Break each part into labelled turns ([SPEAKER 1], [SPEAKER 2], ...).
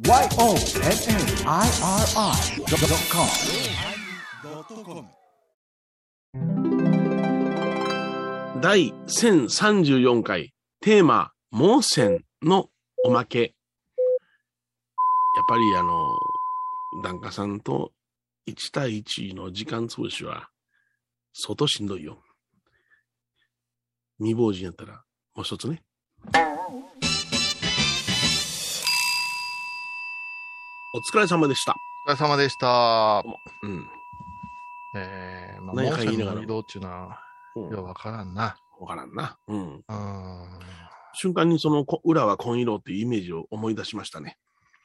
[SPEAKER 1] YONNIRI.com 第1034回テーマ盲線のおまけ。やっぱり檀家さんと1対1の時間潰しは相当しんどいよ。未亡人やったらもう一つね。お疲れ様でした。
[SPEAKER 2] お疲れ様でした。
[SPEAKER 1] うん。
[SPEAKER 2] 盲線の移動っていうのは、よくわからんな。
[SPEAKER 1] わからんな。うん。瞬間にその裏は紺色っていうイメージを思い出しましたね。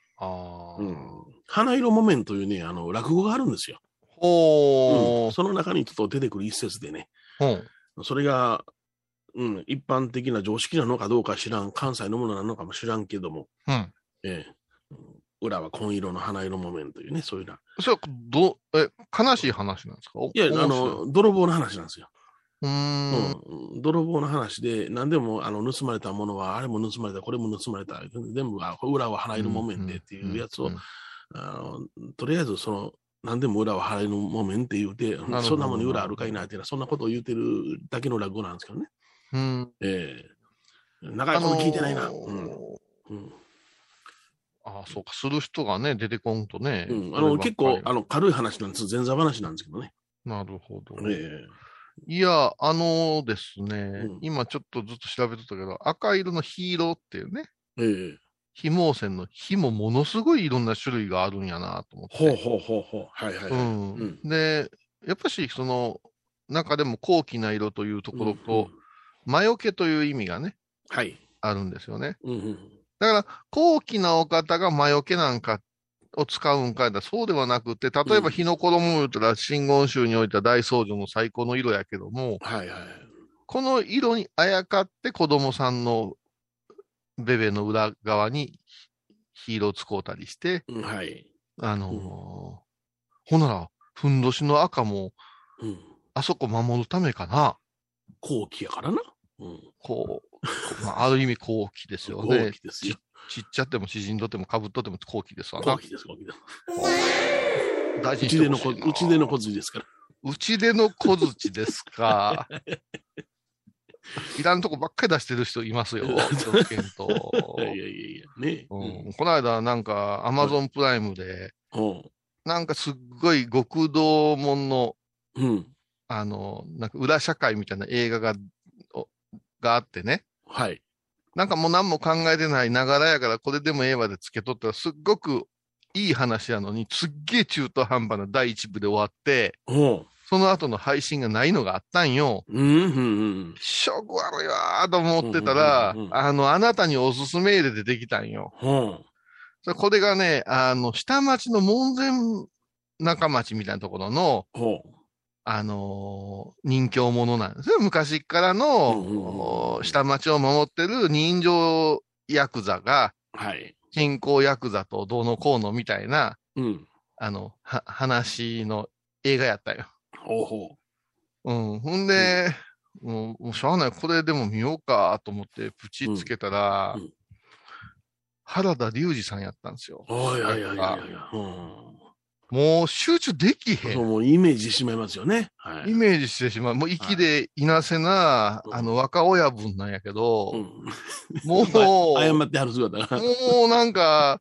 [SPEAKER 1] 花色木綿というね、落語があるんですよ。その中にちょっと出てくる一節でね。それが、一般的な常識なのかどうか知らん、関西のものなのかも知らんけども。裏は紺色の花色木綿というね、そういうな。
[SPEAKER 2] それは悲しい話なんですか？
[SPEAKER 1] いや、泥棒の話なんですよ。泥棒の話で、何でも盗まれたものは、あれも盗まれた、これも盗まれた、全部裏は花色木綿でっていうやつを、とりあえず何でも裏は花色木綿って言うて、そんなものに裏あるかいなっていうのは、そんなことを言うてるだけの落語なんですけどね。長いこと聞いてないな。
[SPEAKER 2] そうか、する人がね、出てこんとね。
[SPEAKER 1] 結構、軽い話なんです。前座話なんですけどね。
[SPEAKER 2] なるほど。いや、ですね、今ちょっとずっと調べてたけど、赤色のヒーローっていうね、非盲線の火もものすごいいろんな種類があるんやなと思って。で、やっぱし、中でも高貴な色というところと、魔除けという意味がね、あるんですよね。だから、高貴なお方が魔除けなんかを使うんかいだ、そうではなくて、例えば火の衣を言うたら、真言宗においては大僧侶の最高の色やけども、この色にあやかって子供さんのベベの裏側にヒーロー使うたりして、ほなら、ふんどしの赤も、あそこ守るためかな。
[SPEAKER 1] 高貴やからな。
[SPEAKER 2] ある意味高貴ですよね。
[SPEAKER 1] 高貴ですよ。
[SPEAKER 2] ちっちゃっても縮んどってもかぶっとっても高貴ですわ
[SPEAKER 1] な。高貴です、高貴です。
[SPEAKER 2] 大事にしてほしいな。
[SPEAKER 1] うちでの小槌ですから。
[SPEAKER 2] うちでの小槌ですか。いらんとこばっかり出してる人いますよ。気をつけんと。
[SPEAKER 1] いやね。
[SPEAKER 2] この間なんかアマゾンプライムで、なんかすっごい極道もんの、なんか裏社会みたいな映画があってね。なんかもう何も考えてないながらやからこれでもええわでつけとったらすっごくいい話やのにすっげえ中途半端な第一部で終わって、その後の配信がないのがあったんよ。ショック悪いわーと思ってたら、あなたにおすすめで出てきたんよ。これがね、下町の門前仲町みたいなところの、人形者なんですよ。昔からの下町を守ってる人情ヤクザが、新興ヤクザとどうのこうのみたいな、話の映画やったよ。ほんで、もうしょうがない。これでも見ようかと思ってプチつけたら、原田龍二さんやったんですよ。もう集中できへん。
[SPEAKER 1] もうイメージしてしまいますよね。
[SPEAKER 2] イメージしてしまう。もう粋でいなせな、若親分なんやけど、もう、
[SPEAKER 1] 謝ってはる姿が。
[SPEAKER 2] もうなんか、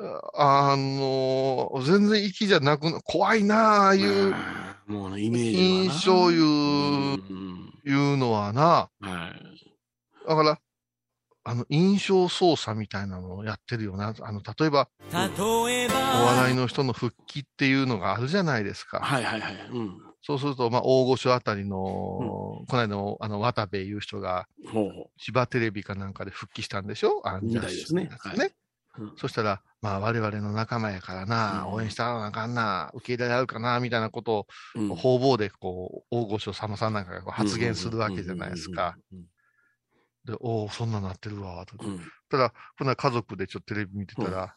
[SPEAKER 2] 全然粋じゃなく、怖いなあいう、
[SPEAKER 1] もうね、イメージ
[SPEAKER 2] 印象いうのはな。だから、印象操作みたいなのをやってるよな。例えば、お笑いの人の復帰っていうのがあるじゃないですか。そうすると、大御所あたりの、この間の、渡部いう人が、千葉テレビかなんかで復帰したんでしょ？
[SPEAKER 1] みたいですね。
[SPEAKER 2] そしたら、我々の仲間やからな、応援したらなあかんな、受け入れられるかな、みたいなことを、方々で、大御所様さんなんかが発言するわけじゃないですか。で、そんななってるわ、と。ただ、この家族でちょっとテレビ見てたら、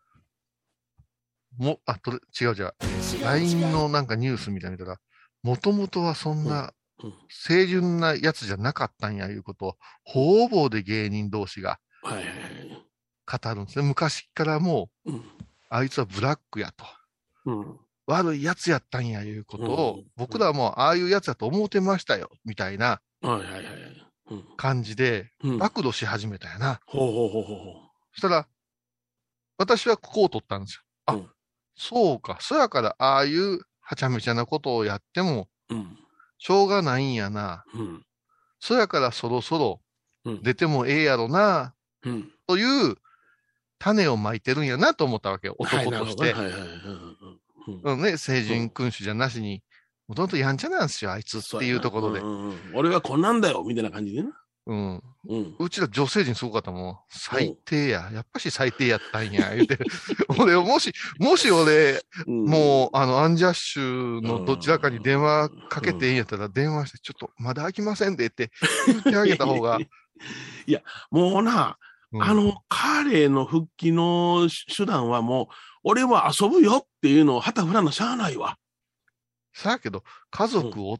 [SPEAKER 2] 違う。LINE のなんかニュースみたいな見たら、もともとはそんな清純なやつじゃなかったんやいうことを、方々で芸人同士が語語るんですね。昔からもう、あいつはブラックやと。悪いやつやったんやいうことを、僕らはもうああいうやつやと思ってましたよ、みたいな感じで、暴露し始めたやな。そしたら、私はここを取ったんですよ。あ、そうか。そやから、ああいうはちゃめちゃなことをやっても、しょうがないんやな。そやからそろそろ出てもええやろな、という種をまいてるんやなと思ったわけよ、男として。成人君主じゃなしに、もともとやんちゃなんですよ、あいつっていうところで。
[SPEAKER 1] 俺はこんなんだよ、みたいな感じでな。
[SPEAKER 2] うちら女性陣すごかったもん。最低や。やっぱし最低やったんや。言うて。俺、もし俺、もう、アンジャッシュのどちらかに電話かけていいんやったら、電話して、ちょっと、まだ開きませんでって言ってあげた方が。
[SPEAKER 1] いや、もうな、彼の復帰の手段はもう、俺は遊ぶよっていうのを旗振らなしゃあないわ。
[SPEAKER 2] さあけど、家族おって、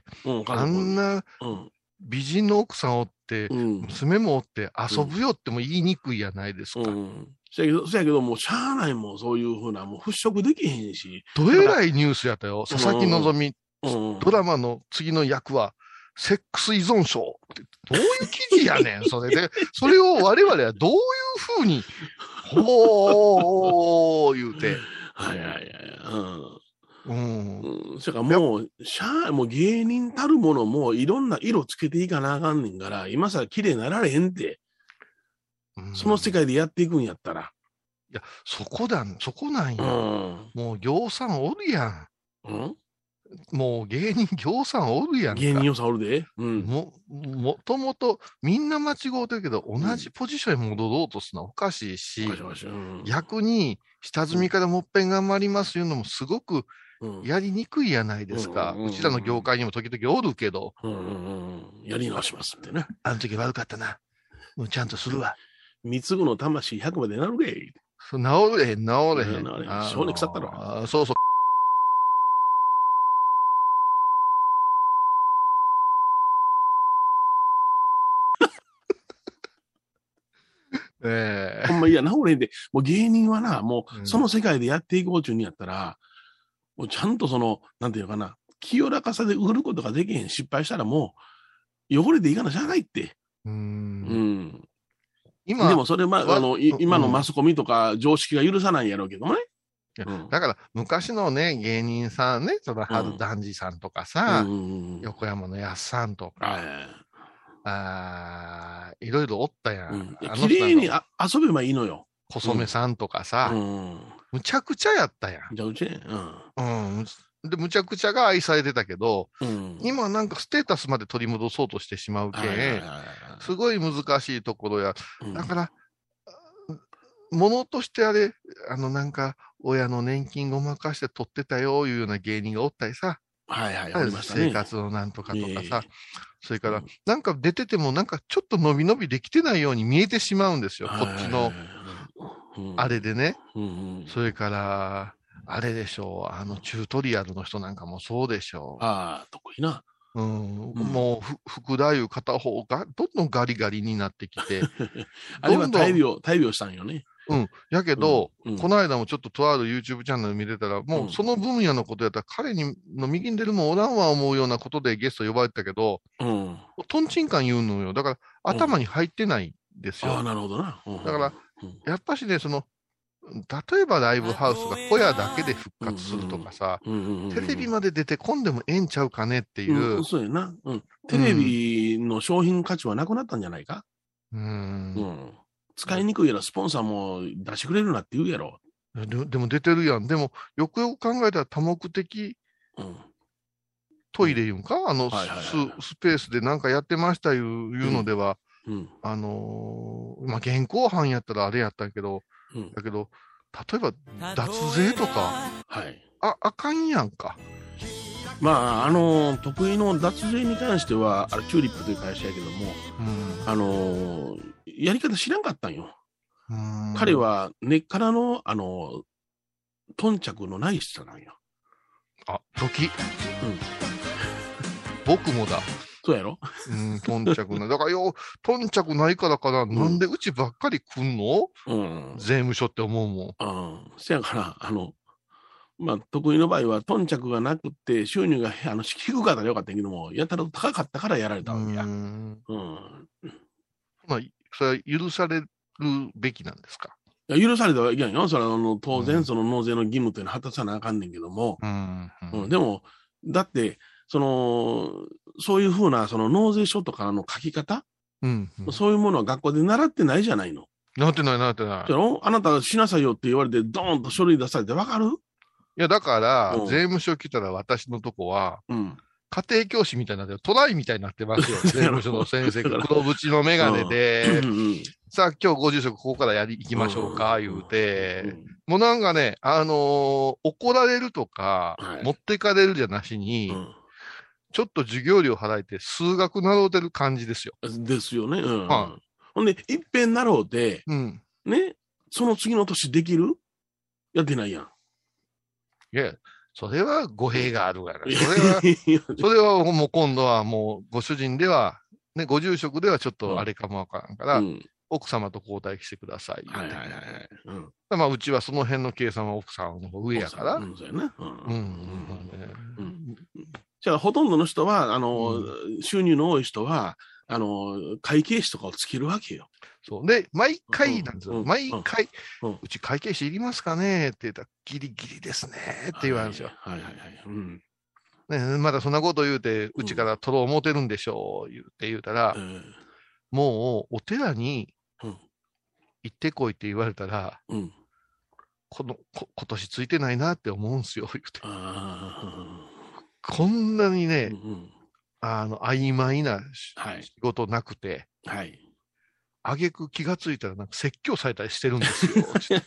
[SPEAKER 2] あんな、美人の奥さんおって、娘もおって遊ぶよっても言いにくいやないですか。
[SPEAKER 1] そやけど、もうしゃあないもん、そういうふうな、もう払拭できへんし。
[SPEAKER 2] どえらいニュースやったよ。佐々木希、ドラマの次の役は、セックス依存症って、どういう記事やねん、それで。それを我々はどういうふうに、ほー、言うて。それからもう芸人たるものもいろんな色つけていかなあかんねんから、今さ綺麗になられへんって。その世界でやっていくんやったら。 いや、そこなんや。もう行さんおるやん。もう芸人行さんおるやんか。
[SPEAKER 1] 芸人行さんおるで。
[SPEAKER 2] もともとみんな間違うてるけど、同じポジションに戻ろうとするのはおかしいし、逆に下積みからもっぺん頑張りますいうのもすごくやりにくいやないですか。うちらの業界にも時々おるけど。
[SPEAKER 1] やり直しますってね。
[SPEAKER 2] あの時悪かったな。もうちゃんとするわ。
[SPEAKER 1] 貢ぐの魂100までなるげ。
[SPEAKER 2] 治れへん。
[SPEAKER 1] 性根腐ったろ。
[SPEAKER 2] そうそう。
[SPEAKER 1] ほんま、いや、治れへんで、もう芸人はな、もうその世界でやっていこうちゅうにやったら、もうちゃんとなんていうかな、清らかさで売ることができへん、失敗したらもう、汚れていかなしゃあないって。今、でもそれ、今のマスコミとか常識が許さないんやろうけどもね。
[SPEAKER 2] だから、昔のね、芸人さんね、春団治さんとかさ、横山のやっさんとか、いろいろおったやん。
[SPEAKER 1] 綺麗に遊べばいいのよ。
[SPEAKER 2] 細めさんとかさ、むちゃくちゃやったやん。
[SPEAKER 1] むちゃくちゃや
[SPEAKER 2] で、むちゃくちゃが愛されてたけど、今なんかステータスまで取り戻そうとしてしまうけん、すごい難しいところや。だから、ものとしてあれ、なんか、親の年金ごまかして取ってたよ、いうような芸人がおったりさ。生活のなんとかとかさ。それから、なんか出てても、なんかちょっと伸び伸びできてないように見えてしまうんですよ。こっちの、あれでね。それから、あれでしょう。チュートリアルの人なんかもそうでしょう。
[SPEAKER 1] 得意な。
[SPEAKER 2] もう、福太夫片方が、どんどんガリガリになってきて。
[SPEAKER 1] あれは大病したんよね。
[SPEAKER 2] やけど、この間もちょっととある YouTube チャンネル見てたら、もうその分野のことやったら、彼の右に出るもおらんわ思うようなことでゲスト呼ばれてたけど、とんちんかん言うのよ。だから、頭に入ってないんですよ。
[SPEAKER 1] なるほどな。
[SPEAKER 2] だから、やっぱしね、例えばライブハウスが小屋だけで復活するとかさ、テレビまで出てこんでもええんちゃうかねっていう。
[SPEAKER 1] そうやな。テレビの商品価値はなくなったんじゃないか。使いにくいやろ、スポンサーも出してくれるなって言うやろ。
[SPEAKER 2] でも出てるやん。でも、よくよく考えたら多目的トイレ言うんか、スペースでなんかやってましたいうのでは、現行犯やったらあれやったけど、だけど、例えば脱税とか、あかんやんか。
[SPEAKER 1] 得意の脱税に関しては、チューリップという会社やけども、やり方知らんかったんよ。彼は根っからの、頓着のない人なんよ。
[SPEAKER 2] 僕もだ。
[SPEAKER 1] そうやろ
[SPEAKER 2] 頓着ない。だから頓着ないからかな、なんでうちばっかり来んの税務署って思うも
[SPEAKER 1] ん。せやから、まあ、得意の場合は、頓着がなくて、収入が低かったらよかったけども、やたら高かったからやられたわけや。
[SPEAKER 2] まあ、それは許されるべきなんですか？
[SPEAKER 1] 許されたらいけないよ。それは当然、その納税の義務というのは果たさなあかんねんけども。でも、だって、そういうふうな、納税書とかの書き方、そういうものは学校で習ってないじゃないの。
[SPEAKER 2] 習ってない。
[SPEAKER 1] あなたしなさいよって言われて、ドーンと書類出されてわかる？い
[SPEAKER 2] や、だから、税務署来たら私のとこは、家庭教師みたいになって、トライみたいになってますよ。税務署の先生が黒縁のメガネで、さあ今日ご住職ここから行きましょうか、言うて、もうなんかね、怒られるとか、持ってかれるじゃなしに、ちょっと授業料払えて数学習うてる感じですよ。
[SPEAKER 1] ですよね。ほんで、いっぺん習うて、ね、その次の年できる？やってないやん。
[SPEAKER 2] いや、それは語弊があるから。それはもう今度はもうご主人では、ね、ご住職ではちょっとあれかもわからんから、奥様と交代してください。まあ、うちはその辺の計算は奥様の方上やから。
[SPEAKER 1] そうやね。じゃあ、ほとんどの人は、収入の多い人は、会計士とかをつけるわけよ。
[SPEAKER 2] そう。で、毎回なんですよ。毎回、うち会計士いりますかねって言ったら、ギリギリですねって言われるんですよ。まだそんなこと言うて、うちから取ろう思てるんでしょう言うたら、もうお寺に行ってこいって言われたら、今年ついてないなって思うんすよ、言うて。こんなにね、曖昧な仕事なくて、挙句気がついたらなんか説教されたりしてるんですよ。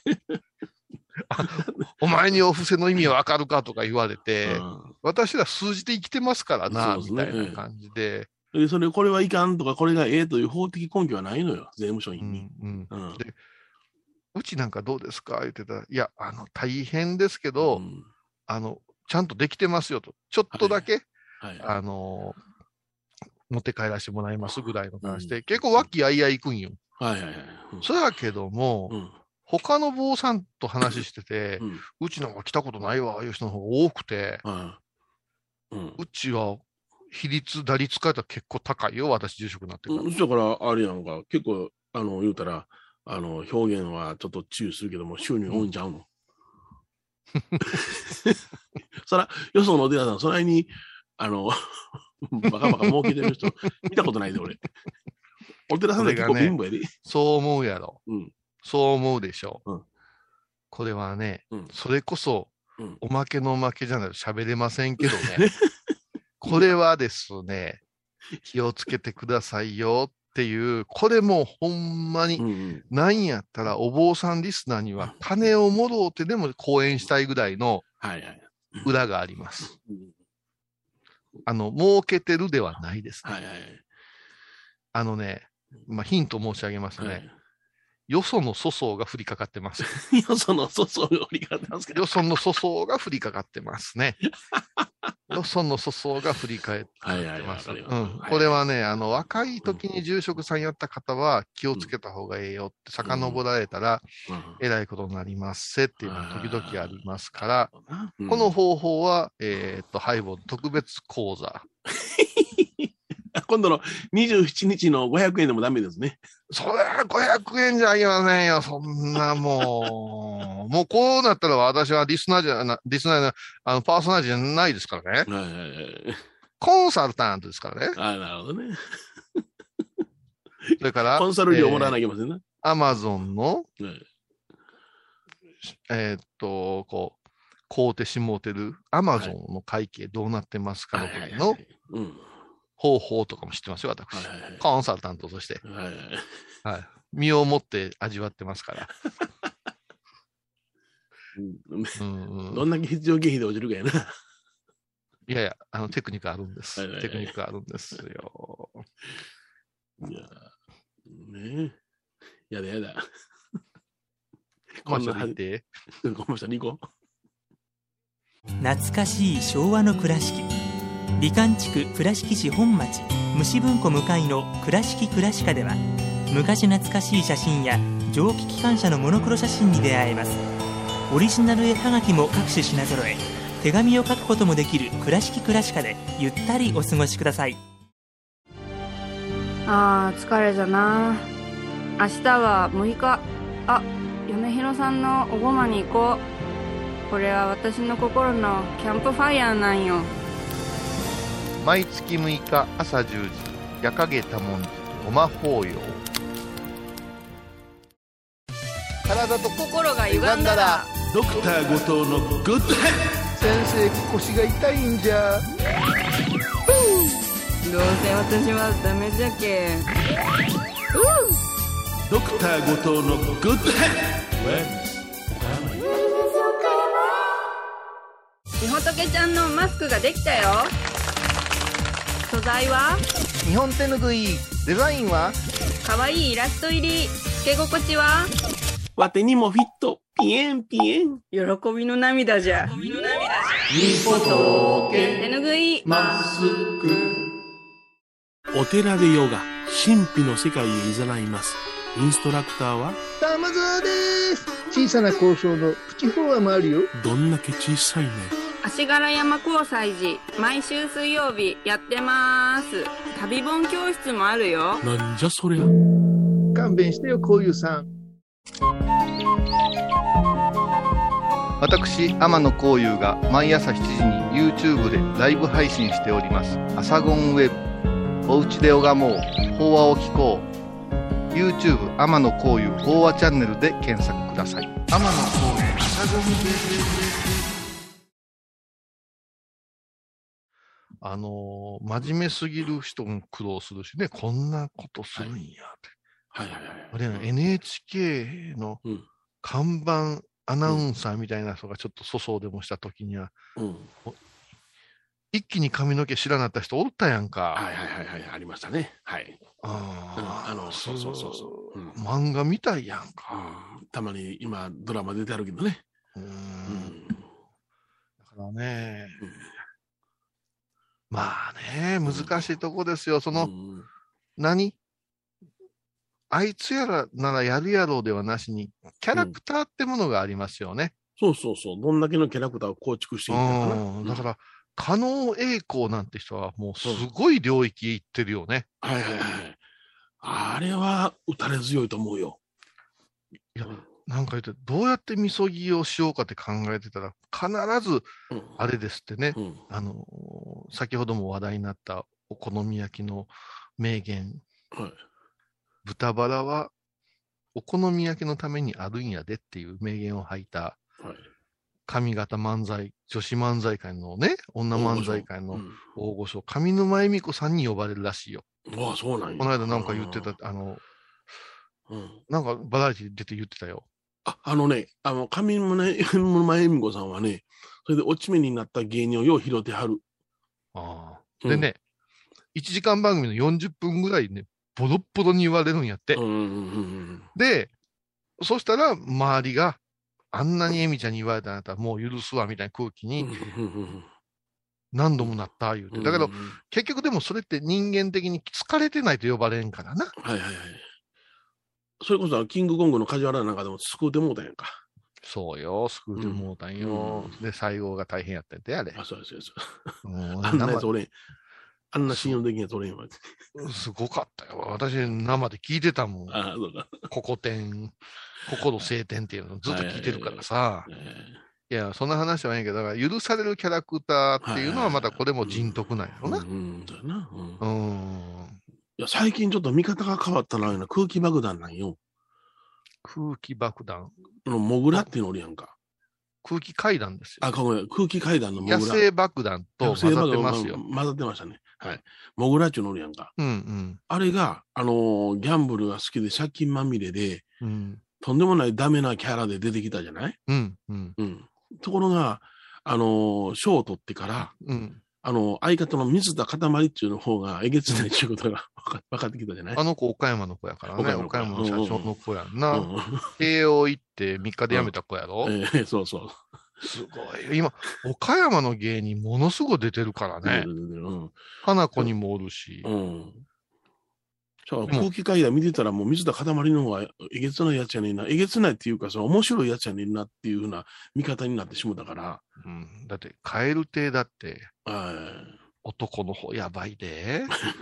[SPEAKER 2] お前にお布施の意味わかるかとか言われて、私ら数字で生きてますからな、みたいな感じで。
[SPEAKER 1] これはいかんとか、これがええという法的根拠はないのよ、税務署に。
[SPEAKER 2] でうちなんかどうですか言ってたら、いや、大変ですけど、ちゃんとできてますよと。ちょっとだけ、持って帰らせてもらいますぐらいの話で、結構和気あいあい行くんよ。そやけども、他の坊さんと話してて、うちなんか来たことないわ、いう人の方が多くて、うちは打率変えたら結構高いよ、私住職になってから。
[SPEAKER 1] だから、あれやんか、結構、言うたら、表現はちょっと注意するけども、収入多いんちゃうの？そら、よそのお寺さん、それに、バカバカ儲けてる人、見たことないで、俺。お寺さんで結構貧乏やで。
[SPEAKER 2] そう思うやろ。そう思うでしょ。これはね、それこそ、おまけのおまけじゃないと喋れませんけどね。これはですね、気をつけてくださいよっていう、これもうほんまに、なんやったらお坊さんリスナーには金をもろうてでも講演したいぐらいの裏があります。儲けてるではないですね。まあ、ヒント申し上げますね。よその粗相が降りかかってます。
[SPEAKER 1] よその粗相が降りかかってますか？
[SPEAKER 2] よその粗相が降りかかってますね。よその粗相が振り返ってます。これはね、若い時に住職さんやった方は気をつけた方がええよって遡られたら、えらいことになりますせっていうのは時々ありますから、この方法は、ハイボール特別講座。
[SPEAKER 1] 今度の27日の500円でもダメですね。
[SPEAKER 2] それは500円じゃありませんよ。そんなもう。もうこうなったら私はリスナーのパーソナリティじゃないですからね。コンサルタントですからね。
[SPEAKER 1] なるほどね。
[SPEAKER 2] それから、
[SPEAKER 1] コンサル料もらわなきゃいけませんね。
[SPEAKER 2] アマゾンの、買うてしもうてるアマゾンの会計どうなってますかの方法とかも知ってますよ、私。コンサルタントとして。身をもって味わってますから。
[SPEAKER 1] どんだけ必要経費で落ちるかやな。
[SPEAKER 2] いやいや、テクニックあるんです。テクニックあるんですよ。
[SPEAKER 1] いや、ねえ。やだやだ。
[SPEAKER 2] コマーシャル行って。
[SPEAKER 1] コマーシャル行こう。
[SPEAKER 3] 懐かしい昭和の倉敷。美観地区倉敷市本町。 虫文庫向かいの倉敷倉歯科では、昔懐かしい写真や蒸気機関車のモノクロ写真に出会えます。オリジナル絵はがきも各種品揃え、手紙を書くこともできる倉敷倉歯科でゆったりお過ごしください。
[SPEAKER 4] あー疲れじゃな。明日は6日。嫁ひろさんのおごまに行こう。これは私の心のキャンプファイヤーなんよ。
[SPEAKER 2] 毎月6日朝10時、夜影多文字ごま法要。体と
[SPEAKER 4] 心が歪んだら
[SPEAKER 1] ドクター後藤のグッドヘッド。
[SPEAKER 2] 先生、腰が痛いんじゃ。
[SPEAKER 4] どうせ私はダメじゃけ。
[SPEAKER 1] ドクター後藤のグッドヘッド。
[SPEAKER 4] みほとけちゃんのマスクができたよ。素材は
[SPEAKER 2] 日本手ぬぐい。デザインは
[SPEAKER 4] かわいいイラスト入り。つけ心地は
[SPEAKER 1] わてにもフィット。ピエンピエン。
[SPEAKER 4] 喜びの涙じゃ。
[SPEAKER 1] みほとけ
[SPEAKER 4] 手ぬぐい
[SPEAKER 1] マスク。お寺でヨガ、神秘の世界へ誘います。インストラクターは
[SPEAKER 5] 玉沢です。小さな交渉のプチフォアもあるよ。
[SPEAKER 1] どんだけ小さいね。
[SPEAKER 4] 足柄山交際時、毎週水曜日やってます。旅本教室もあるよ。
[SPEAKER 1] なんじゃそりゃ。
[SPEAKER 5] 勘弁してよ、こういうさん。
[SPEAKER 2] 私、天野幸雄が毎朝7時に YouTube でライブ配信しております。アサゴンウェブ。おうちで拝もう。法話を聞こう。YouTube 天野幸雄法話チャンネルで検索ください。天野幸雄アサゴンウェブ。真面目すぎる人も苦労するしね、こんなことするんやって。
[SPEAKER 1] はいはいはい。
[SPEAKER 2] あれ、NHK の看板アナウンサーみたいな人がちょっと粗相でもしたときには、一気に髪の毛白なった人おったやんか。
[SPEAKER 1] はいはいはいはい、ありましたね。はい。そうそうそうそう。
[SPEAKER 2] 漫画みたいやんか。
[SPEAKER 1] たまに今ドラマ出てあるけどね。
[SPEAKER 2] だからね、まあね、難しいとこですよ。あいつやらならやるやろうではなしに、キャラクターってものがありますよね。
[SPEAKER 1] そうそうそう。どんだけのキャラクターを構築していったかな。
[SPEAKER 2] だから、加納栄光なんて人はもうすごい領域へ行ってるよね。
[SPEAKER 1] はいはいはい。あれは打たれ強いと思うよ。
[SPEAKER 2] いや、なんか言って、どうやってみそぎをしようかって考えてたら、必ず、あれですってね、先ほども話題になったお好み焼きの名言、豚バラはお好み焼きのためにあるんやでっていう名言を吐いた、上方漫才、女子漫才界のね、女漫才界の大御所、上沼恵美子さんに呼ばれるらしいよ。
[SPEAKER 1] ああ、そうなんや。
[SPEAKER 2] この間なんか言ってた、なんかバラエティ出て言ってたよ。
[SPEAKER 1] 上沼恵美子さんはね、それで落ち目になった芸人をよう拾ってはる。
[SPEAKER 2] でね、1時間番組の40分ぐらいね、ボロッボロに言われるんやって。で、そしたら周りが、あんなに恵美ちゃんに言われたんだったらもう許すわみたいな空気に何度もなった言うて。だけど、結局でもそれって人間的に疲れてないと呼ばれんからな。
[SPEAKER 1] はいはいはい。それこそキングコングの梶原なんかでも救うてもうたやんか。
[SPEAKER 2] そうよ、救うてもうたんよ。で、最後が大変やったんで、あれ。
[SPEAKER 1] そうです。あんなやつ俺、あんな信用できんやつ俺今。
[SPEAKER 2] すごかったよ。私、生で聞いてたもん。ここの晴天っていうのずっと聞いてるからさ。いや、そんな話はいいけど、だから許されるキャラクターっていうのはまたこれも人徳なんやろな。
[SPEAKER 1] いや、最近ちょっと見方が変わったな、空気爆弾なんよ。
[SPEAKER 2] 空気爆弾
[SPEAKER 1] モグラっていうのおるやんか。
[SPEAKER 2] 空気階段ですよ。
[SPEAKER 1] ごめん、空気階段のモグラ。
[SPEAKER 2] 野生爆弾と混ざってますよ。
[SPEAKER 1] 混ざってましたね。はい。モグラっていうのおるやんか。あれが、ギャンブルが好きで借金まみれで、とんでもないダメなキャラで出てきたじゃない？ところが、賞を取ってから、相方の水田かたまりっていうの方がえげつないっていうことが分かってきたじゃない？
[SPEAKER 2] あの子岡山の子やからね。岡山の社長の子やんな。慶応行って3日で辞めた子やろ？
[SPEAKER 1] そうそう。
[SPEAKER 2] すごい。今、岡山の芸人ものすごい出てるからね。花子にもおるし。
[SPEAKER 1] 空気階段見てたらもう水田かたまりの方がえげつないやつやねんな。えげつないっていうか、面白いやつやねんなっていうふうな見方になってしもたから。
[SPEAKER 2] だって、蛙亭だって、男の方やばいで。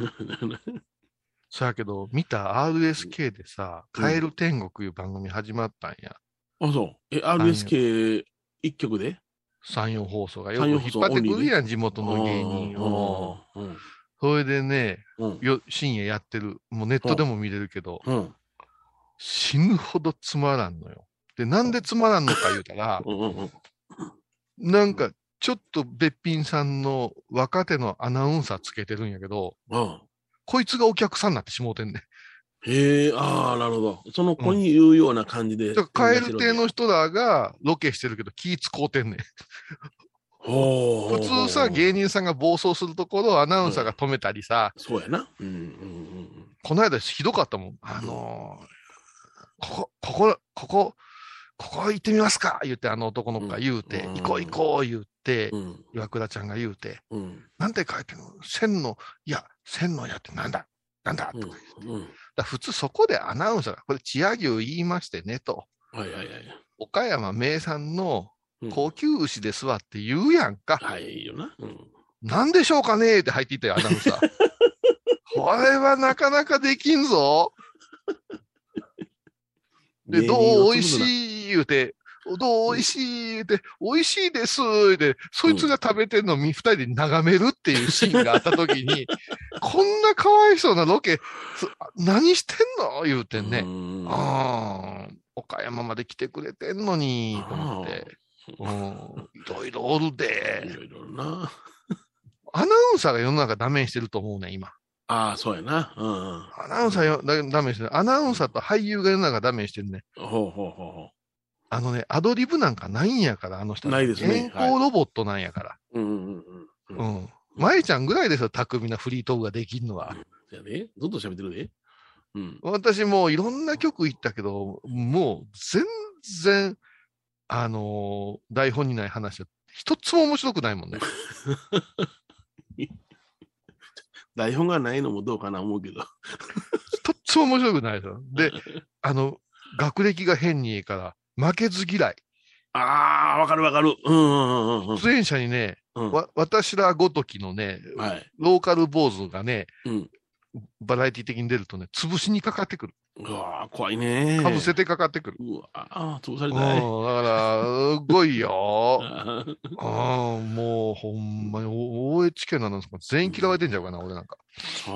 [SPEAKER 2] そやけど、見た RSK でさ、蛙天国いう番組始まったんや。
[SPEAKER 1] あ、そう。RSK 一曲で
[SPEAKER 2] 山陽放送がよく引っ張ってくるやん、地元の芸人を。それでね、深夜やってる。もうネットでも見れるけど、死ぬほどつまらんのよ。で、なんでつまらんのか言うたら、なんか、ちょっとべっぴんさんの若手のアナウンサーつけてるんやけど、こいつがお客さんになってしもうてんねん。
[SPEAKER 1] へえ、ああ、なるほど。その子に言うような感じで。
[SPEAKER 2] 蛙亭の人らがロケしてるけど気使うてんねん。普通さ、芸人さんが暴走するところをアナウンサーが止めたりさ。
[SPEAKER 1] そうやな。
[SPEAKER 2] この間ひどかったもん。ここ行ってみますか言って、男の子が言うて、行こう行こう言って、岩倉ちゃんが言うて、なんて書いてんの千のやってなんだとか言って。普通そこでアナウンサーが、これ、千屋牛言いましてねと。岡山名産の高級牛ですわって言うやんか。
[SPEAKER 1] いいよな。
[SPEAKER 2] なんでしょうかねって入っていったよ、アナウンサー。これはなかなかできんぞ。で、どう美味しい言うて、どう美味しい言うて、美味しいです言うて、そいつが食べてんのを二人で眺めるっていうシーンがあったときに、こんなかわいそうなロケ、何してんの言うてね。岡山まで来てくれてんのに、と思って。いろいろおるで。
[SPEAKER 1] いろいろな。
[SPEAKER 2] アナウンサーが世の中ダメにしてると思うね、今。
[SPEAKER 1] ああ、そうやな。
[SPEAKER 2] アナウンサーダメにしてる。アナウンサーと俳優が世の中ダメにしてるね。アドリブなんかないんやから、あの人。
[SPEAKER 1] ないですね。
[SPEAKER 2] 原稿ロボットなんやから。舞ちゃんぐらいですよ、巧みなフリートークができるのは。
[SPEAKER 1] じゃあね、ずっと喋ってるで。
[SPEAKER 2] 私もいろんな曲行ったけど、もう全然、台本にない話は一つも面白くないもんね。
[SPEAKER 1] 台本がないのもどうかな思うけど。
[SPEAKER 2] 一つも面白くないですよ。で、学歴が変にいいから、負けず嫌い。
[SPEAKER 1] ああ、わかるわかる。
[SPEAKER 2] 出演者にね、私らごときのね、ローカル坊主がね、バラエティ的に出るとね、潰しにかかってくる。
[SPEAKER 1] うわ怖いね。
[SPEAKER 2] かぶせてかかってくる。
[SPEAKER 1] 潰されたい。
[SPEAKER 2] だから、すごいよ。もう、ほんまに、OHK なんですか全員嫌われてんじゃうかな、俺なんか。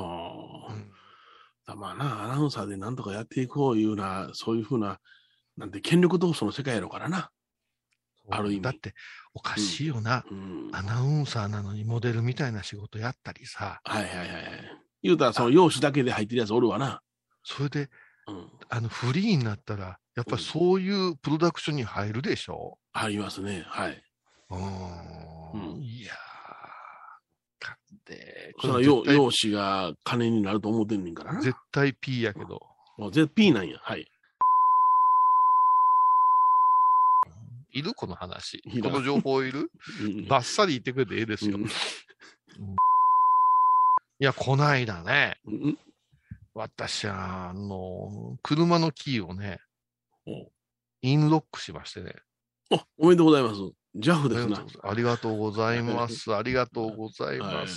[SPEAKER 1] まあな、アナウンサーでなんとかやっていこういうな、そういうふうな、なんて権力闘争の世界やろからな。ある意味。
[SPEAKER 2] だって、おかしいよな。アナウンサーなのにモデルみたいな仕事やったりさ。
[SPEAKER 1] 言うたら、その容姿だけで入ってるやつおるわな。
[SPEAKER 2] それで、フリーになったら、やっぱりそういうプロダクションに入るでしょ？
[SPEAKER 1] 入りますね。はい。
[SPEAKER 2] いやー、
[SPEAKER 1] その容姿が金になると思ってんねんからな。
[SPEAKER 2] 絶対 P やけど。
[SPEAKER 1] 絶対 P なんや。はい。
[SPEAKER 2] いるこの話。この情報いるバッサリ言ってくれてええですよ。いや、こないだね。私は、車のキーをね、インロックしましてね。
[SPEAKER 1] おめでとうございます。JAF ですな。
[SPEAKER 2] ありがとうございます。ありがとうございます。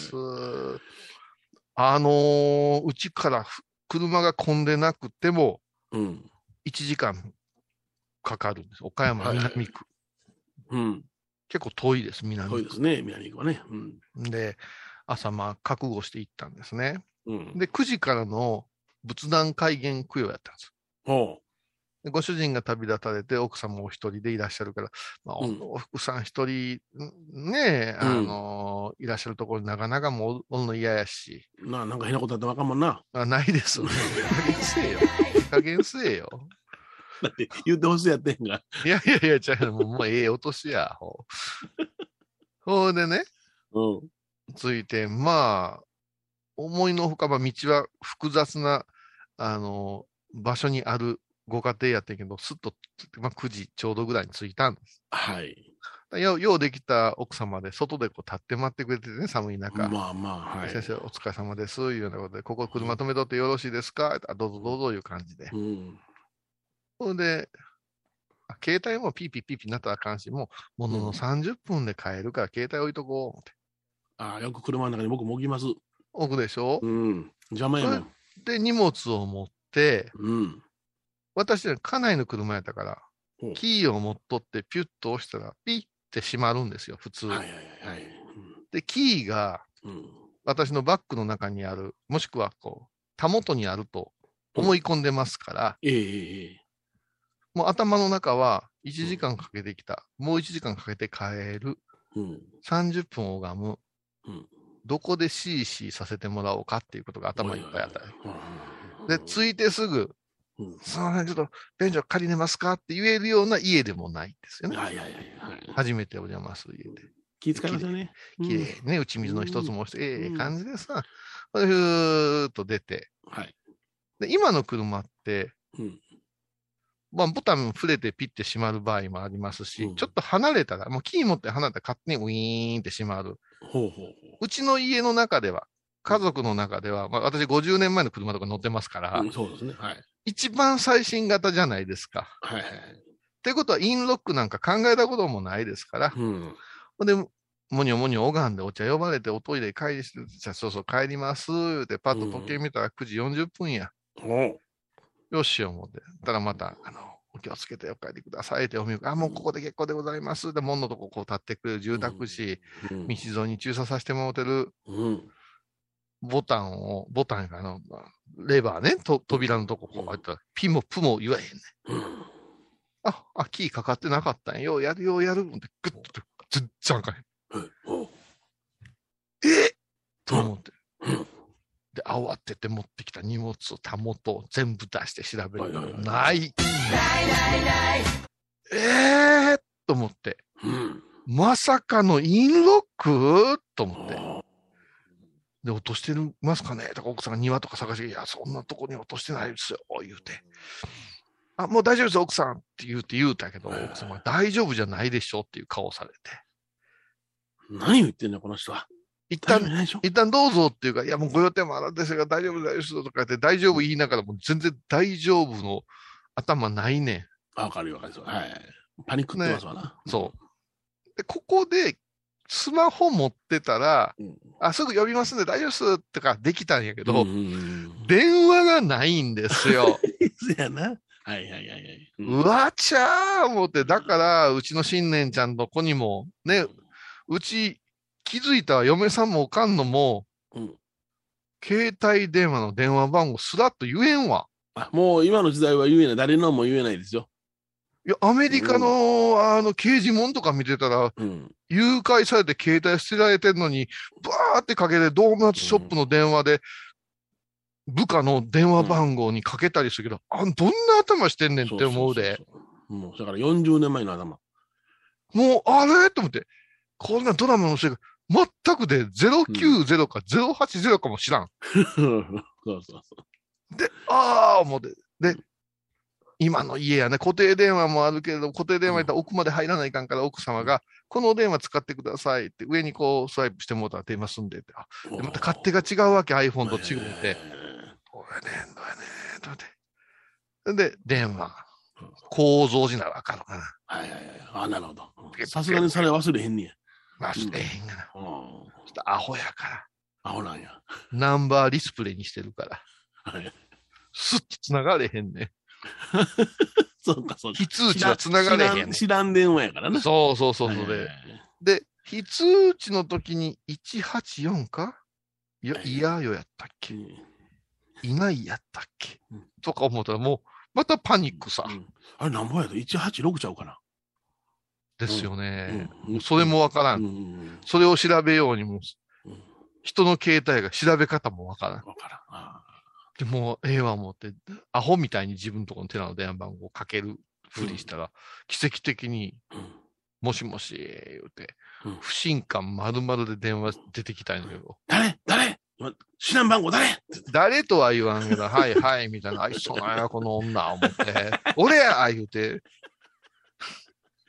[SPEAKER 2] うちから車が混んでなくても、1時間かかるんです。岡山南区。結構遠いです、南区。
[SPEAKER 1] 遠いですね、南区はね。
[SPEAKER 2] で、朝覚悟して行ったんですね。で、9時からの仏壇開眼供養やったんです。ご主人が旅立たれて、奥様お一人でいらっしゃるから、お福さん一人、ね、いらっしゃるところになかなかもおるの嫌やし。
[SPEAKER 1] なんか変なことあってもあかんもんな。
[SPEAKER 2] ないですね。加減せえよ。加減せえよ。
[SPEAKER 1] だって言ってほしいやってんが。
[SPEAKER 2] いや、もうええお年や。そうでね、ついて、思いのほか、道は複雑な、場所にあるご家庭やったけど、すっと、9時ちょうどぐらいに着いたんです。
[SPEAKER 1] はい。
[SPEAKER 2] ようできた奥様で、外でこう立って待ってくれててね、寒い中。
[SPEAKER 1] まあまあ、はい。
[SPEAKER 2] 先生、お疲れ様です。いうようなことで、ここ車止めとってよろしいですか？どうぞどうぞいう感じで。それで、携帯もピーピーピーピーなったらあかんし、ものの30分で帰るから携帯置いとこうって。
[SPEAKER 1] よく車の中に僕も置きます。
[SPEAKER 2] 置くでしょ？
[SPEAKER 1] 邪魔やもん。
[SPEAKER 2] で、荷物を持って、私は家内の車やったから、キーを持っとってピュッと押したら、ピッって閉まるんですよ、普通。で、キーが、私のバッグの中にある、もしくはこう、手元にあると思い込んでますから、もう頭の中は1時間かけてきた、もう1時間かけて帰る、30分拝む、どこで CC させてもらおうかっていうことが頭いっぱいあった。で、着いてすぐ、すみません、ちょっと便所借りれますかって言えるような家でもないんですよね。初めてお邪魔する家で。
[SPEAKER 1] 気遣いますよね。
[SPEAKER 2] きれいね、打ち水の一つもして、感じでさ、ふーっと出て。で、今の車って、ボタン触れてピッて閉まる場合もありますし、ちょっと離れたら、もうキー持って離れたら勝手にウィーンって閉まる。うちの家の中では、家族の中では、私50年前の車とか乗ってますから、
[SPEAKER 1] そうですね。
[SPEAKER 2] 一番最新型じゃないですか。ってことは、インロックなんか考えたこともないですから、で、もにょもにょ拝んでお茶呼ばれておトイレ帰りして、じゃあそうそう帰りますって、パッと時計見たら9時40分や。よしよ思って。たらまた、お気をつけてお帰りくださいってお見送り、もうここで結構でございます。で、門のとここう立ってくれる住宅地、道沿いに駐車させてもらってる、ボタンがレバーね、扉のとここうやったら、ピもプも言わへんね。キーかかってなかったんや。ようやる。グッと、ずっちゃんかへん。と思って。で、慌てて持ってきた荷物をたもと全部出して調べる。ないと思って。まさかのインロックと思って。で、落としてますかねとか、奥さんが庭とか探して、いや、そんなとこに落としてないですよ、言うて。もう大丈夫です、奥さんって言うたけど、奥様は大丈夫じゃないでしょっていう顔されて。
[SPEAKER 1] 何言ってんの、この人は。
[SPEAKER 2] 一旦どうぞっていうか、いや、もうご予定もあるんですが、大丈夫ですとか言って、大丈夫言いながらも全然大丈夫の頭ないねん。
[SPEAKER 1] わかる。はい。パニックってますわな。
[SPEAKER 2] そう。で、ここで、スマホ持ってたら、すぐ呼びますんで大丈夫ですとかできたんやけど、電話がないんですよ。
[SPEAKER 1] そうやな。
[SPEAKER 2] うわちゃー思って、だから、うちの新年ちゃんの子にも、ね、うち気づいた嫁さんもおかんのも、携帯電話の電話番号すらっと言えんわ。
[SPEAKER 1] もう今の時代は言えない。誰のも言えないですよ。
[SPEAKER 2] いや、アメリカの、刑事門とか見てたら、誘拐されて携帯捨てられてんのに、バーってかけて、ドーナツショップの電話で、部下の電話番号にかけたりするけど、どんな頭してんねんって思うで。
[SPEAKER 1] もう、だから40年前の頭。
[SPEAKER 2] もう、あれと思って、こんなドラマのせいが、全くで090か080かも知らん。で、思って。で、今の家やね、固定電話もあるけれど、固定電話やったら奥まで入らないかんから、奥様が、この電話使ってくださいって、上にこう、スワイプしてもらったら電話すんでって。でまた勝手が違うわけ、iPhone と違って。どうやねん、と思って。で、電話。構造字ならわかるか
[SPEAKER 1] な。なるほど。さすがにそれ忘れへんねや。
[SPEAKER 2] 忘れへんがな。ちょっとアホやから。
[SPEAKER 1] アホなんや。
[SPEAKER 2] ナンバーディスプレイにしてるから。スッと繋がれへんね。
[SPEAKER 1] そうか。
[SPEAKER 2] 非通知は繋がれへんね。
[SPEAKER 1] 知らん電話やからな。
[SPEAKER 2] そうで、非通知の時に184かいやよやったっけいないやったっけとか思ったらもう、またパニックさ。
[SPEAKER 1] あれ何本やと ?186 ちゃうかな。
[SPEAKER 2] ですよね。それもわからん。それを調べようにも、人の携帯が調べ方もわからん。でも、思って、アホみたいに自分のところの寺の電話番号をかけるふりしたら、奇跡的に、もしもし、言うて、不信感丸々で電話出てきたんだけど。
[SPEAKER 1] 誰知らん番号
[SPEAKER 2] 誰とは言わんけど、はい、みたいな、愛想ないな、この女、思って。俺や言うて。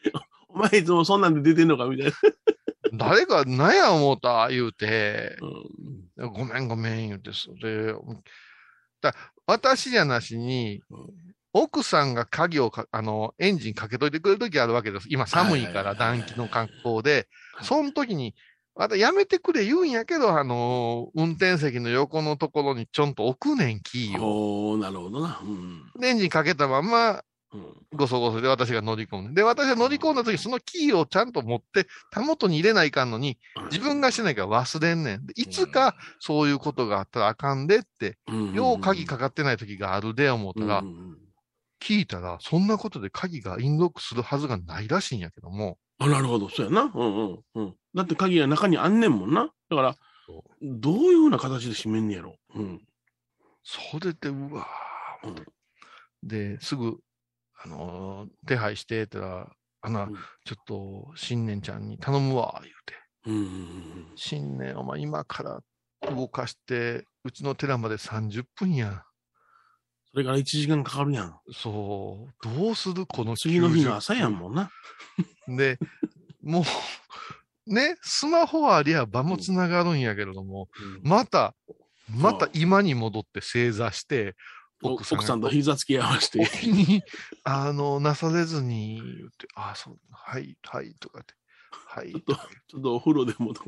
[SPEAKER 1] お前いつもそんなんで出てんのかみたいな。
[SPEAKER 2] 誰が何や思うた言うて、ごめんごめん言うて、それ、私じゃなしに、奥さんが鍵をエンジンかけといてくれるときあるわけです。今寒いから暖気の格好で、その時に、またやめてくれ言うんやけど、運転席の横のところにちょんと置くねん、キーを。
[SPEAKER 1] なるほどな。
[SPEAKER 2] でエンジンかけたまま、ごそごそで私が乗り込んで。で、私が乗り込んだ時、そのキーをちゃんと持って手元に入れないかんのに、自分がしてないから忘れんねん。でいつかそういうことがあったらあかんでって、よう鍵かかってない時があるで思ったら、聞いたら、そんなことで鍵がインロックするはずがないらしいんやけども。
[SPEAKER 1] なるほど、そうやな。だって鍵が中にあんねんもんな。だから、どういうふうな形で閉めんねやろ。
[SPEAKER 2] それで、うわー、で、すぐ、手配してって言ったら、ちょっと、新年ちゃんに頼むわ、言うて。新年、お前今から動かして、うちの寺まで30分や。
[SPEAKER 1] それから1時間かかるやん。
[SPEAKER 2] そう。どうするこの
[SPEAKER 1] 次の日の朝やんもんな。
[SPEAKER 2] で、もう、ね、スマホはありゃ場もつながるんやけれども、また今に戻って正座して、
[SPEAKER 1] 奥さんと膝つき合わせて。
[SPEAKER 2] お気に、なされずに、言って、そう、はい、はい、とかって、はい。ちょ
[SPEAKER 1] っとお風呂でもとか。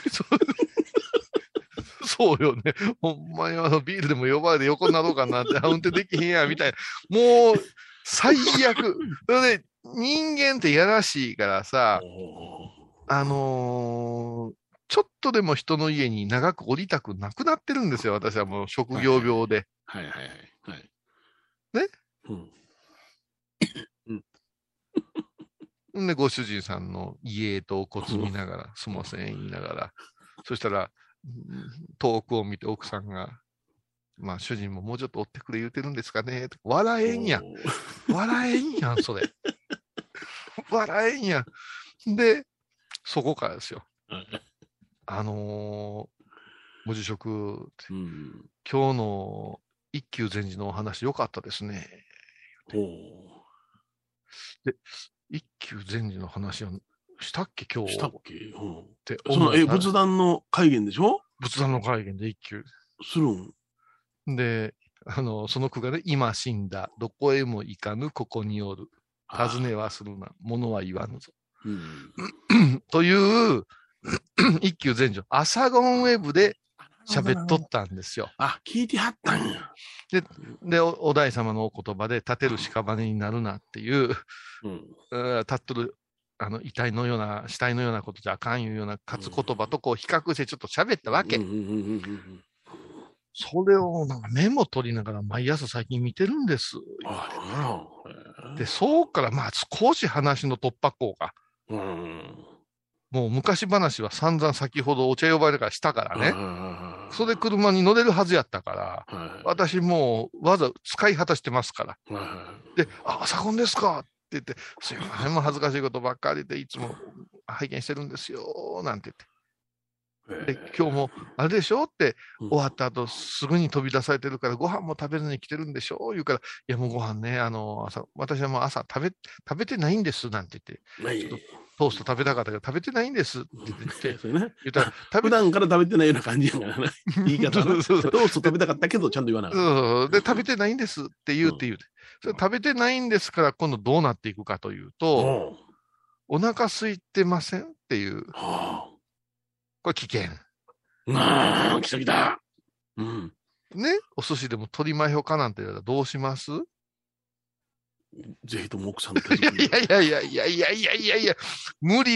[SPEAKER 2] そうよね。ほんまにビールでも呼ばれて横になろうかなって、運転できへんや、みたいな。もう、最悪。それで、人間ってやらしいからさ、ちょっとでも人の家に長く降りたくなくなってるんですよ。私はもう職業病で。
[SPEAKER 1] はい。
[SPEAKER 2] ね、で、ご主人さんの家と骨見ながら、すいません、言いながら。そしたら、遠くを見て奥さんが、まあ主人ももうちょっと追ってくれ言うてるんですかね。笑えんやん。笑えんやん、それ。笑えんやん。で、そこからですよ。ご住職、今日の一休禅師のお話良かったですね。で、一休禅師の話をしたっけ今日。
[SPEAKER 1] したっけ
[SPEAKER 2] って
[SPEAKER 1] 仏壇の戒厳でしょ？
[SPEAKER 2] 仏壇の戒厳で一休。
[SPEAKER 1] するん。
[SPEAKER 2] で、その句がね、今死んだ、どこへも行かぬここにおる。尋ねはするな、物は言わぬぞ。という、一休禅師、アサゴンウェブで喋っとったんですよ。
[SPEAKER 1] 聞いてはったんや。
[SPEAKER 2] で、お大様のお言葉で、立てる屍になるなっていう、立っとる、遺体のような、死体のようなことじゃあかんいうような活言葉とこう比較してちょっと喋ったわけ。それをなんかメモ取りながら毎朝最近見てるんです。で、そうからまあ少し話の突破口が。もう昔話は散々先ほどお茶呼ばれたからしたからね。それで車に乗れるはずやったから、私もうわざ使い果たしてますから。で、朝コンですかって言って、すいません、もう恥ずかしいことばっかりでいつも拝見してるんですよ、なんて言って。で、今日も、あれでしょって、終わった後、すぐに飛び出されてるから、ご飯も食べずに来てるんでしょ言うから、いや、もうご飯ね、私はもう朝食べてないんです、なんて言って、ちょっとトースト食べたかったけど、食べてないんですって言って、言ったら、
[SPEAKER 1] 普段から食べてないような感じやからね。言い方トースト食べたかったけど、ちゃんと言わない。
[SPEAKER 2] で、食べてないんですって言うて。それ食べてないんですから、今度どうなっていくかというと、お腹空いてませんっていう。これ危険。
[SPEAKER 1] 来た。
[SPEAKER 2] ね、お寿司でも鶏マヨかなんて言ったらどうします？
[SPEAKER 1] ぜひとも奥さんの手
[SPEAKER 2] 作り。いや、無理。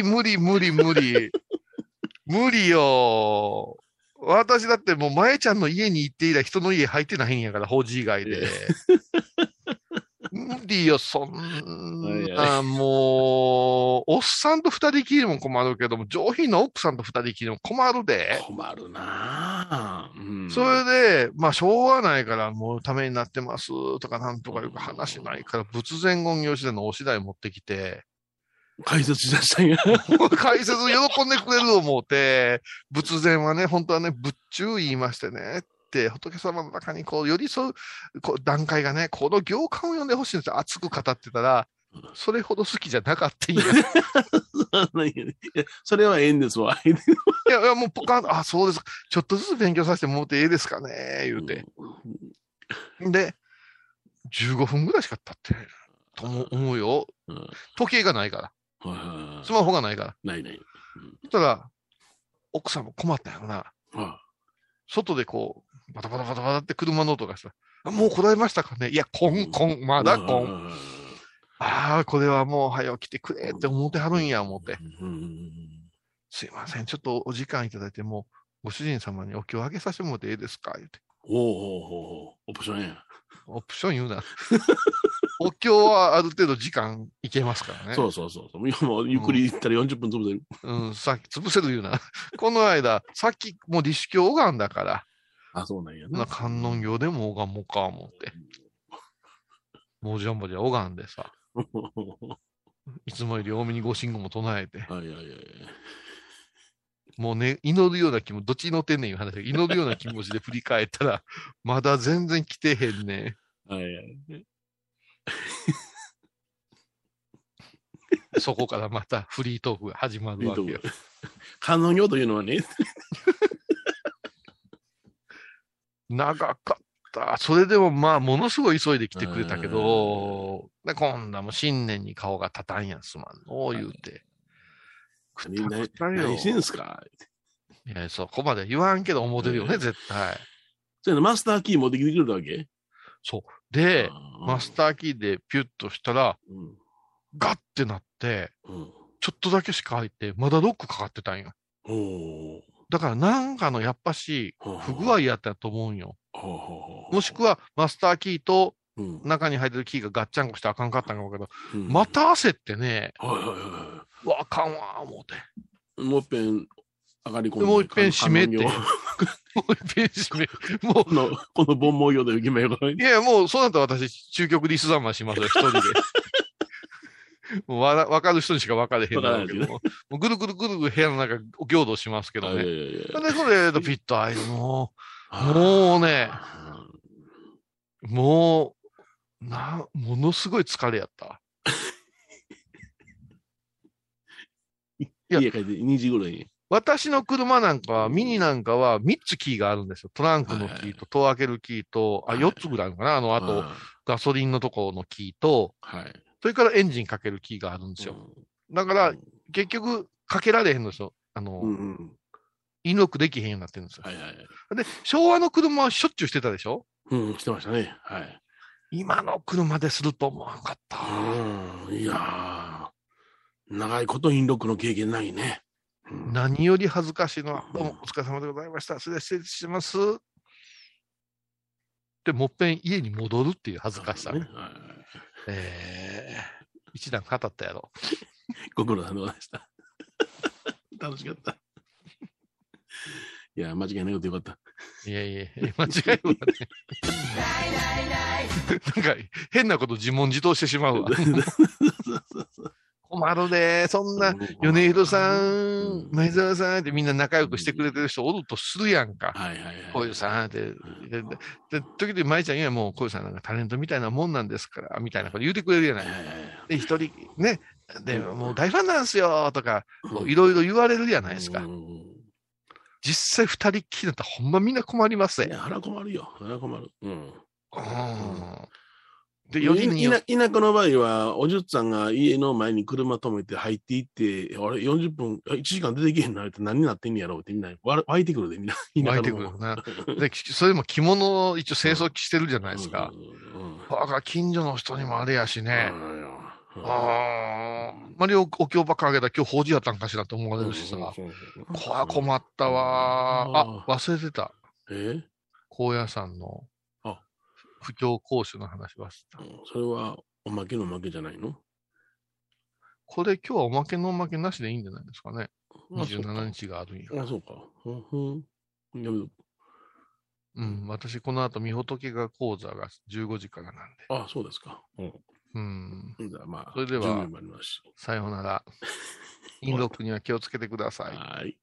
[SPEAKER 2] 無理よ。私だってもう前ちゃんの家に行って以来人の家入ってないんやから、法事以外で。無理よ、そんな、もう、おっさんと二人きりも困るけども、上品な奥さんと二人きりも困るで。
[SPEAKER 1] 困るな
[SPEAKER 2] ぁ。それで、まあ、しょうがないから、もうためになってますとかなんとかいう話ないから、仏前言行師でのお次第持ってきて、
[SPEAKER 1] 解説しだしたんや。
[SPEAKER 2] 解説喜んでくれる思うて、仏前はね、本当はね、仏中言いましてね、仏様の中にこう寄り添う段階がね、この行間を読んでほしいんですよ。熱く語ってたら、 それほど好きじゃなかったんや。
[SPEAKER 1] それはええんですわ。
[SPEAKER 2] いや、もうポカンと、あ、そうですか。ちょっとずつ勉強させてもらってええですかね、言うて。で、15分ぐらいしか経ってないと思うよ。時計がないから。スマホがないから。
[SPEAKER 1] ない。
[SPEAKER 2] そしたら、奥さんも困ったんやろな。外でこう、バタバタバタバタって車の音がした。もうこらえましたかね。いや、まだああ、これはもう早起きてくれって思ってはるんや、思って。すいません、ちょっとお時間いただいても、ご主人様にお経をあげさせてもらっていいですか言うて。
[SPEAKER 1] オプションや。
[SPEAKER 2] オプション言うな。お経はある程度時間いけますからね。
[SPEAKER 1] そう。もうゆっくり行ったら40分潰せる。
[SPEAKER 2] さっき潰せる言うな。この間、さっきもう立主教拝んだから。
[SPEAKER 1] あ、そうなんやな。
[SPEAKER 2] 観音経でも拝もうか思って。もじゃ拝んでさ。いつもより多めにご神言も唱えて。もうね、祈るような気持ち、どっち祈ってんねんいう話で、祈るような気持ちで振り返ったら、まだ全然来てへんね。そこからまたフリートークが始まるわけよ。
[SPEAKER 1] 観音経というのはね。
[SPEAKER 2] 長かった。それでもまあ、ものすごい急いで来てくれたけど、今度はもう新年に顔が立たんやすまんの、言うて。
[SPEAKER 1] 何してんすか？
[SPEAKER 2] いや、そこまで言わんけど思ってるよね、絶対。
[SPEAKER 1] そういうのマスターキー持ってきてくれたわけ？
[SPEAKER 2] そう。で、マスターキーでピュッとしたら、ガッてなって、ちょっとだけしか開いて、まだロックかかってたんよ。だからなんかのやっぱし、不具合やったと思うんよ。もしくはマスターキーと中に入ってるキーがガッチャンコしてあかんかったんかもけど、また焦ってね、あかんわ、思うて。
[SPEAKER 1] もう一遍上がり込んで。
[SPEAKER 2] もう一遍閉めて。もう一遍閉め。もう。こ
[SPEAKER 1] の煩悩用で行きまよから。
[SPEAKER 2] いや、もうそうなったら私、中極リスザンマしますよ、一人で。もうわかる人にしか分かれへんだろうけども。もうぐるぐるぐるぐる部屋の中、行動しますけどね。で、それとピッと開いて、もうね、ものすごい疲れやった。
[SPEAKER 1] 家帰って2時ぐらいに。
[SPEAKER 2] 私の車なんかは、ミニなんかは3つキーがあるんですよ。トランクのキーと、戸を開けるキーと、4つぐらいあるのかな。あと、ガソリンのところのキーと、それからエンジンかけるキーがあるんですよ。だから、結局、かけられへんのですよ。インロックできへんようになってるんですよ。で、昭和の車はしょっちゅうしてたでしょ？
[SPEAKER 1] してましたね。
[SPEAKER 2] 今の車ですると思わなかった。
[SPEAKER 1] いやー、長いことインロックの経験ないね。
[SPEAKER 2] 何より恥ずかしいのは、どうもお疲れ様でございました。失礼します。で、もっぺん家に戻るっていう恥ずかしさ。一段語ったやろ。
[SPEAKER 1] ご苦労さんでございました。楽しかった。いや、間違いないことよかった。
[SPEAKER 2] いや、間違いはね。なんか、変なこと自問自答してしまうわ。困るね。そんな、米広さん、前澤さんってみんな仲良くしてくれてる人おるとするやんか。こういうさんって。で、時々舞ちゃんにはもう、こういうさんなんかタレントみたいなもんなんですから、みたいなこと言うてくれるじゃない。で、一人、ね、で、もう大ファンなんすよ、とか、いろいろ言われるじゃないですか。実際二人っきりだったらほんまみんな困りますね。
[SPEAKER 1] 腹困るよ。腹困る。
[SPEAKER 2] で、4人に。
[SPEAKER 1] 田舎の場合は、おじゅっさんが家の前に車止めて入っていって、あれ、40分、1時間出てけへんなって何になってんねやろうってみんな、湧いてくるで、みんな。
[SPEAKER 2] 湧いてくるな。で、それも着物を一応清掃してるじゃないですか。だから近所の人にもあれやしね。マリオお経ばっかあげたら今日法事やったんかしらと思われるしさ。困ったわ。忘れてた。高野山の布教講習の話はした。
[SPEAKER 1] それはおまけのおまけじゃないの？
[SPEAKER 2] これ今日はおまけのおまけなしでいいんじゃないですかね。27日があるんや。
[SPEAKER 1] そうか。
[SPEAKER 2] 私この後、みほとけが講座が15時からなんで。
[SPEAKER 1] そうですか。じゃあまあ、
[SPEAKER 2] それでは、さようなら。インロックには気をつけてください。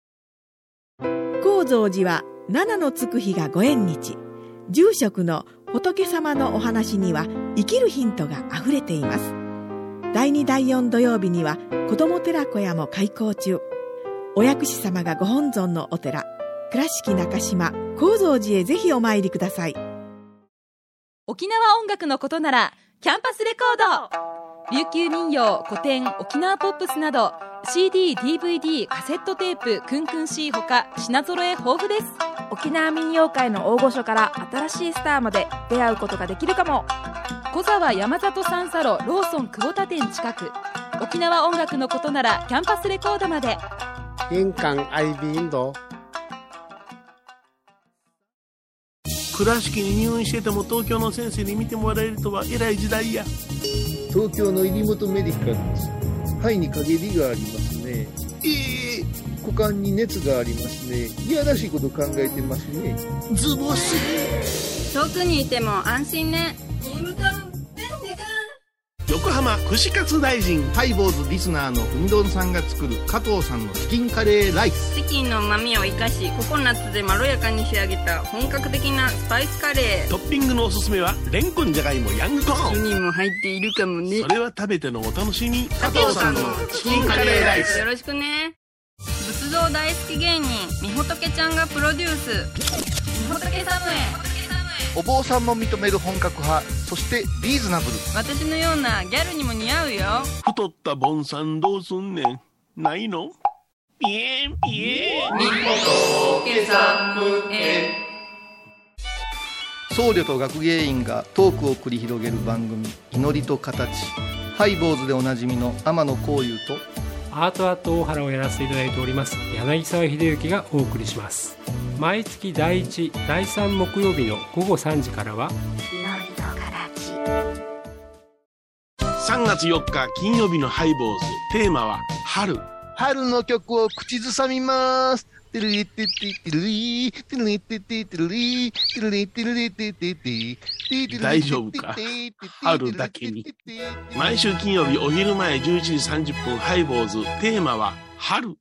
[SPEAKER 6] 高蔵寺は七のつく日がご縁日。住職の仏様のお話には生きるヒントがあふれています。第2第4土曜日には子ども寺小屋も開校中。お薬師様がご本尊のお寺、倉敷中島・高蔵寺へぜひお参りください。
[SPEAKER 7] 沖縄音楽のことならキャンパスレコード。琉球民謡、古典、沖縄ポップスなど CD、DVD、カセットテープ、クンクン C ほか品揃え豊富です。
[SPEAKER 8] 沖縄民謡界の大御所から新しいスターまで出会うことができるかも。小沢山里三佐路ローソン久保田店近く。沖縄音楽のことならキャンパスレコードまで。
[SPEAKER 5] 玄関アイビーンド。
[SPEAKER 1] 倉敷に入院してても東京の先生に見てもらえるとは偉い時代や。
[SPEAKER 5] 東京の入本メディカルです。肺に陰りがありますね。股間に熱がありますね。いやらしいこと考えてますね。
[SPEAKER 1] ズボス。
[SPEAKER 4] 遠くにいても安心ね。
[SPEAKER 1] 横浜串カツ大臣。
[SPEAKER 9] ハイボーズリスナーのうみどんさんが作る加藤さんのチキンカレーライス。
[SPEAKER 4] チキンの旨味を生かしココナッツでまろやかに仕上げた本格的なスパイスカレー。
[SPEAKER 1] トッピングのおすすめはレンコン、じゃがいも、ヤングコーン。
[SPEAKER 4] 1人も入っているかもね。
[SPEAKER 1] それは食べてのお楽しみ。
[SPEAKER 4] 加藤さんのチキンカレーライス。よろしくね。仏像大好き芸人みほとけちゃんがプロデュース、みほとけサムエ。
[SPEAKER 2] お坊さんも認める本格派、そしてリーズナブル。
[SPEAKER 4] 私のようなギャルにも似合うよ。
[SPEAKER 1] 太ったボンさんどうすんねん。ないの？ピエンピエン。みほとけサムエ。
[SPEAKER 2] 僧侶と学芸員がトークを繰り広げる番組、祈りと形。ハイボーズでおなじみの天野幸雄と
[SPEAKER 10] アートアート大原をやらせていただいております柳沢秀幸がお送りします。毎月第1、第3木曜日の午後3時からは
[SPEAKER 1] 3月4日金曜日のハイボーズ。テーマは春。
[SPEAKER 9] 春の曲を口ずさみます。テルリテテテルリテルリテテテルリテルリテルリテテテ。
[SPEAKER 1] 大丈夫か、春だけに。毎週金曜日お昼前11時30分ハイボーズ。テーマは春。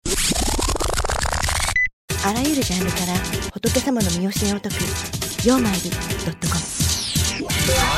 [SPEAKER 11] あらゆるジャンルから仏様の身教えを解く曜マイル.com。